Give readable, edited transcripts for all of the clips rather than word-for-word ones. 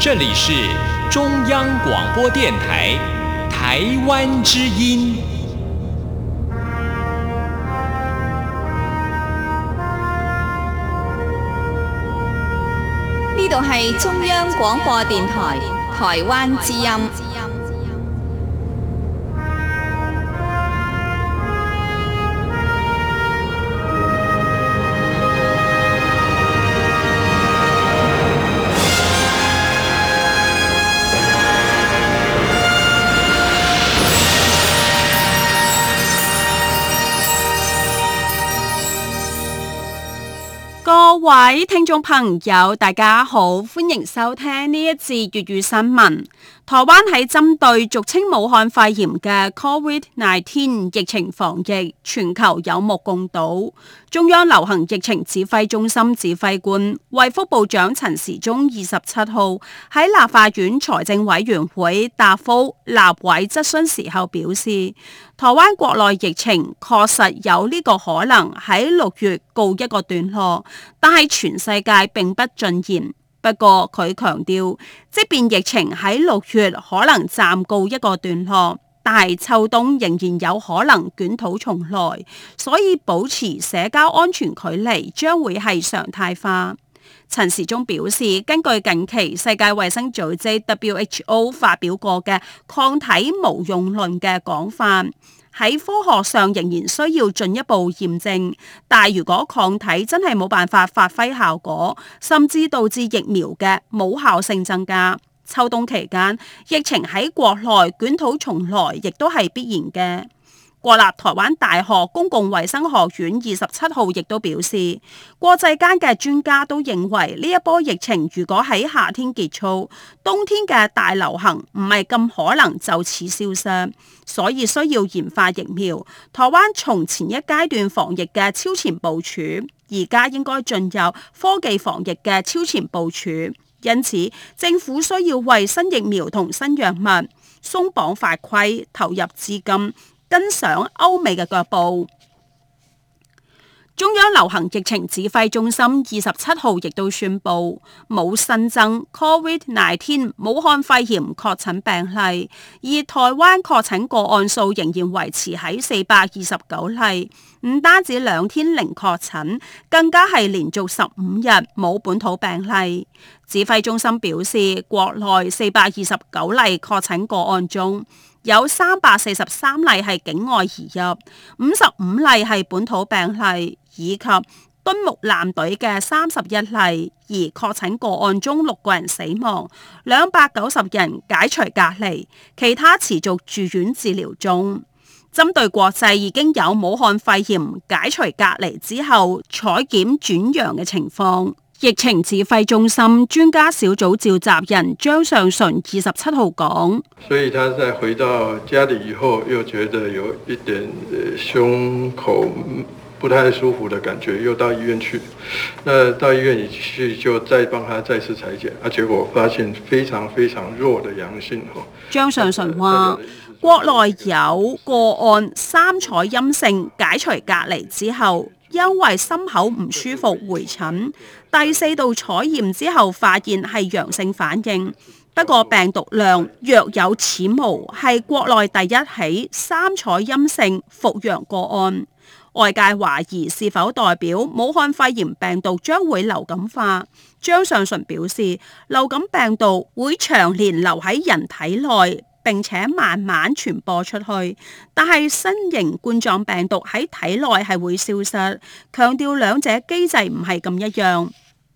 这里是中央广播电台台湾之音。 呢度係中央廣播電台台灣之音。 各位聽眾朋友，大家好，歡迎收聽呢一節粵語新聞。台灣喺針對俗稱武漢肺炎嘅 COVID-19 疫情防疫，全球有目共睹。中央流行疫情指揮中心指揮官衛福部長陳時中27號喺立法院財政委員會答覆立委質詢時候表示，台灣國內疫情確實有呢個可能喺6月告一個段落，但係全世界並不盡然。不過佢強調，即便疫情喺6月可能暫告一個段落，但係秋冬仍然有可能捲土重來，所以保持社交安全距離將會係常態化。陳時中表示，根據近期世界衛生組織 WHO 發表過嘅抗體無用論嘅講法，喺科學上仍然需要進一步驗證，但如果抗體真係冇辦法發揮效果，甚至導致疫苗嘅冇效性增加，秋冬期間疫情喺國內捲土重來亦都係必然嘅。國立台灣大學公共衛生學院27號亦都表示，國際間嘅專家都認為呢一波疫情如果喺夏天結束，冬天嘅大流行唔係咁可能就此消失，所以需要研發疫苗。台灣從前一階段防疫嘅超前部署，而家應該進入科技防疫嘅超前部署，因此政府需要為新疫苗同新藥物鬆綁法規，投入資金，跟上歐美嘅腳步。中央流行疫情指揮中心27號亦都宣布，冇新增 COVID-19 武漢肺炎確診病例，而台灣確診個案數仍然維持喺429例，唔單止2天零確診，更加係連續15日冇本土病例。指揮中心表示，國內429例確診個案中，有343例係境外移入，55例係本土病例，以及敦睦艦隊嘅31例。而確診個案中6個人死亡，290人解除隔離，其他持續住院治療中。針對國際已經有武漢肺炎解除隔離之後採檢轉陽嘅情況，疫情指揮中心專家小組召集人張上淳27號講， 所以他在回到家裡以後，又覺得有一點胸口不太舒服的感覺，又到醫院去。那到醫院一去就再幫他再次採檢，結果發現非常非常弱的陽性。 張上淳話，國內有個案3採陰性解除隔離之後，因為心口唔舒服回診，第4度採驗之後發現係陽性反應，不過病毒量若有似無，係國內第一起3採陰性復陽個案。外界懷疑是否代表武漢肺炎病毒將會流感化？張上淳表示，流感病毒會長年留喺人體內，並且慢慢傳播出去，但係新型冠狀病毒喺體內係會消失，強調兩者機制唔係咁一樣。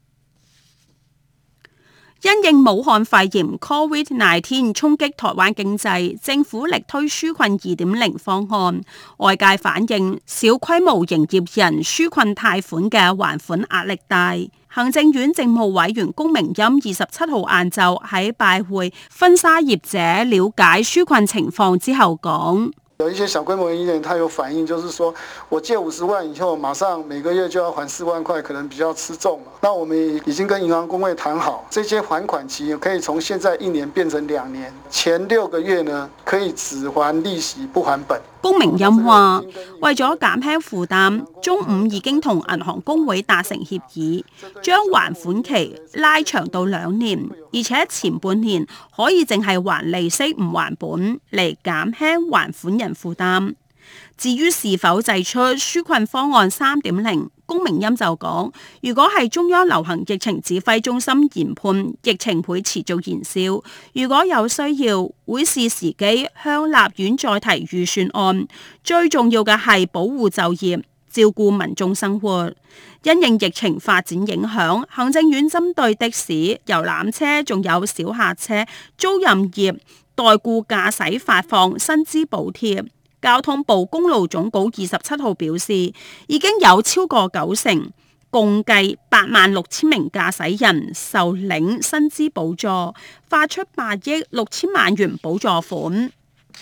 因應武漢肺炎 COVID-19 衝擊台灣經濟，政府力推紓困2.0方案。外界反映小規模營業人紓困貸款嘅還款壓力大。行政院政務委員龔明鑫27號晏晝喺拜會婚紗業者了解紓困情況之後講， 有一些小规模的医院，它有反映，就是说我借50万以后，马上每个月就要还4万块，可能比较吃重嘛。那我们已经跟银行工会谈好，这些还款期可以从现在1年变成2年，前6个月呢可以只還利息不還本。 龔明鑫話：為咗減輕負擔，中午已經同銀行工會達成協議，將還款期拉長到2年，而且前半年可以淨係還利息唔還本，嚟減輕還款人負擔。至於是否祭出紓困方案3.0，龔明鑫就講：如果係中央流行疫情指揮中心研判疫情會持續延燒，如果有需要，會視時機向立院再提預算案。最重要嘅係保護就業，照顧民眾生活。因應疫情發展影響，行政院針對的士、遊覽車仲有小客車租賃業代僱駕駛發放薪資補貼。交通部公路總局27號表示，已經有超過90%，共計86000名駕駛人受領薪資補助，發出8億6千萬元補助款。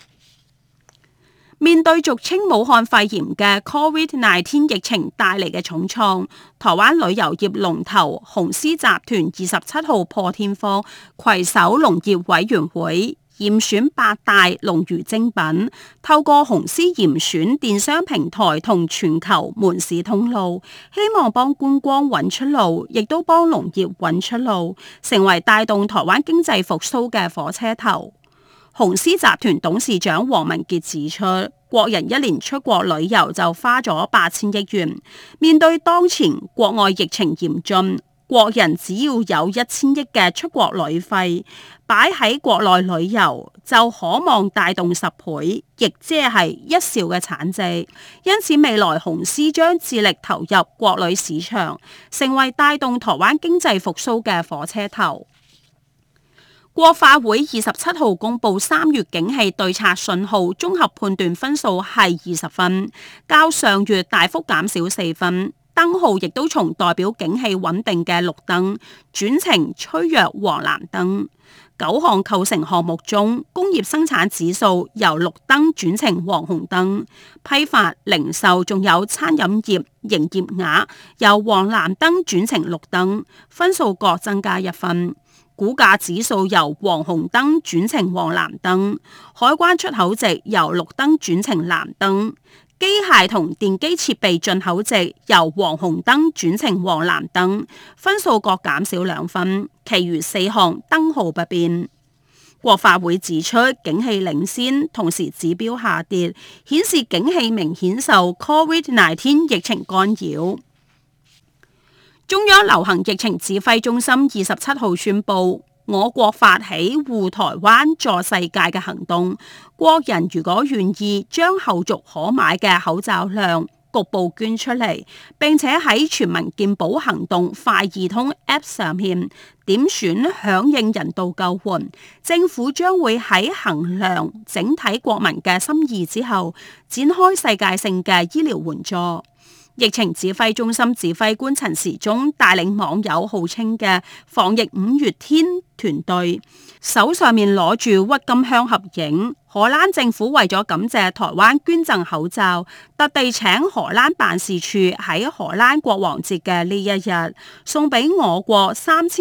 面對俗稱武漢肺炎嘅 COVID-19 疫情帶嚟嘅重創，台灣旅遊業龍頭雄獅集團27號破天荒攜手農業委員會，嚴選8大農漁精品，透過雄獅嚴選電商平台同全球門市通路，希望幫觀光揾出路，亦都幫農業揾出路，成為帶動台灣經濟復甦嘅火車頭。雄獅集團董事長黃文傑指出，國人1年出國旅遊就花咗8000億元，面對當前國外疫情嚴峻，國人只要有1000億嘅出國旅費擺喺國內旅遊，就可望帶動10倍，亦即係1兆嘅產值。因此未來雄獅將致力投入國旅市場，成為帶動台灣經濟復甦嘅火車頭。國發會27號公布3月景氣對策信號綜合判斷分數係20分，較上月大幅減少4分。燈號亦都從代表景氣穩定嘅綠燈轉成趨弱黃藍燈。9項構成項目中，工業生產指數由綠燈轉成黃紅燈，批發、零售仲有餐飲業營業額由黃藍燈轉成綠燈，分數各增加1分。股價指數由黃紅燈轉成黃藍燈，海關出口值由綠燈轉成藍燈。機械同電機設備進口值由黃紅燈轉成黃藍燈，分數各減少2分，其餘4項燈號不變。國發會指出，景氣領先，同時指標下跌，顯示景氣明顯受 COVID-19 疫情干擾。中央流行疫情指揮中心27號宣布，我國發起護台灣助世界嘅行動，國人如果願意將後續可買嘅口罩量局部捐出嚟，並且喺全民健保行動快易通 App 上面點選響應人道救援，政府將會喺衡量整體國民嘅心意之後，展開世界性嘅醫療援助。疫情指揮中心指揮官陳時中帶領網友號稱嘅防疫5月天團隊，手上面攞住鬱金香合影。荷蘭政府為咗感謝台灣捐贈口罩，特地請荷蘭辦事處喺荷蘭國王節嘅呢一日送俾我國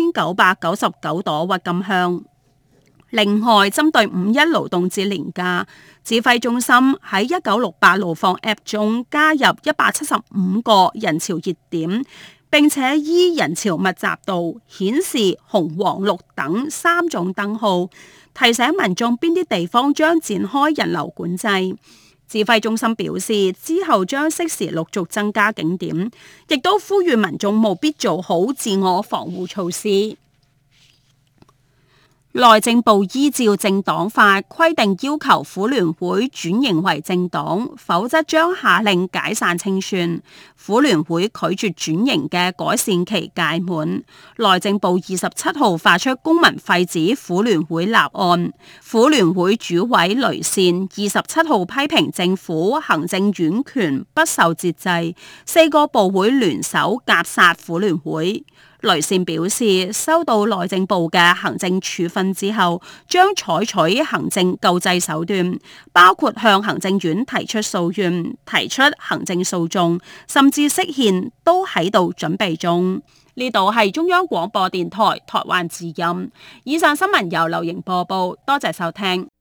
3999朵鬱金香。另外，針對5一勞動節連假，指揮中心喺1968路況 App 中加入175個人潮熱點，並且依人潮密集度顯示紅、黃、綠等3種燈號，提醒民眾邊啲地方將展開人流管制。指揮中心表示，之後將適時陸續增加景點，亦都呼籲民眾務必做好自我防護措施。內政部依照政黨法規定，要求婦聯會轉型為政黨，否則將下令解散清算。婦聯會拒絕轉型嘅改善期屆滿，內政部27號發出公文廢止婦聯會立案。婦聯會主委雷善27號批評政府行政院權不受節制，4個部會聯手夾殺婦聯會。 雷善表示，收到內政部嘅行政處分之後，將採取行政救濟手段，包括向行政院提出訴願、提出行政訴訟，甚至釋憲都喺度準備中。呢度係中央廣播電台台灣之音。以上新聞由劉瑩播報，多謝收聽。